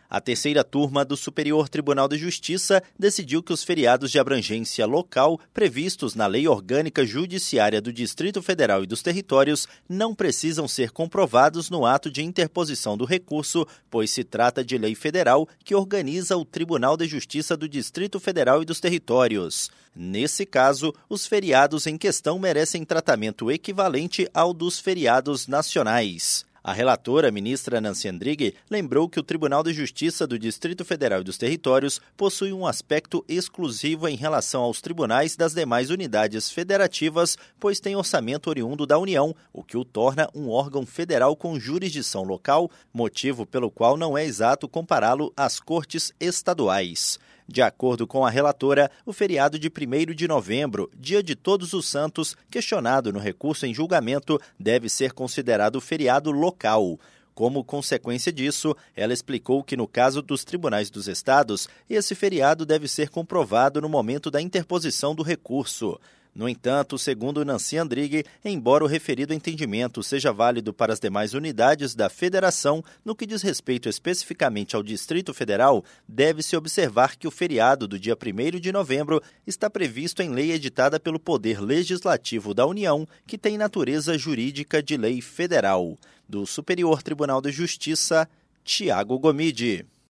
A terceira turma do Superior Tribunal de Justiça decidiu que os feriados de abrangência local previstos na Lei Orgânica Judiciária do Distrito Federal e dos Territórios não precisam ser comprovados no ato de interposição do recurso, pois se trata de lei federal que organiza o Tribunal de Justiça do Distrito Federal e dos Territórios. Nesse caso, os feriados em questão merecem tratamento equivalente ao dos feriados nacionais. A relatora, ministra Nancy Andrighi, lembrou que o Tribunal de Justiça do Distrito Federal e dos Territórios possui um aspecto exclusivo em relação aos tribunais das demais unidades federativas, pois tem orçamento oriundo da União, o que o torna um órgão federal com jurisdição local, motivo pelo qual não é exato compará-lo às cortes estaduais. De acordo com a relatora, o feriado de 1º de novembro, dia de Todos os Santos, questionado no recurso em julgamento, deve ser considerado feriado local. Como consequência disso, ela explicou que no caso dos tribunais dos estados, esse feriado deve ser comprovado no momento da interposição do recurso. No entanto, segundo Nancy Andrighi, embora o referido entendimento seja válido para as demais unidades da federação, no que diz respeito especificamente ao Distrito Federal, deve-se observar que o feriado do dia 1º de novembro está previsto em lei editada pelo Poder Legislativo da União, que tem natureza jurídica de lei federal. Do Superior Tribunal de Justiça, Tiago Gomide.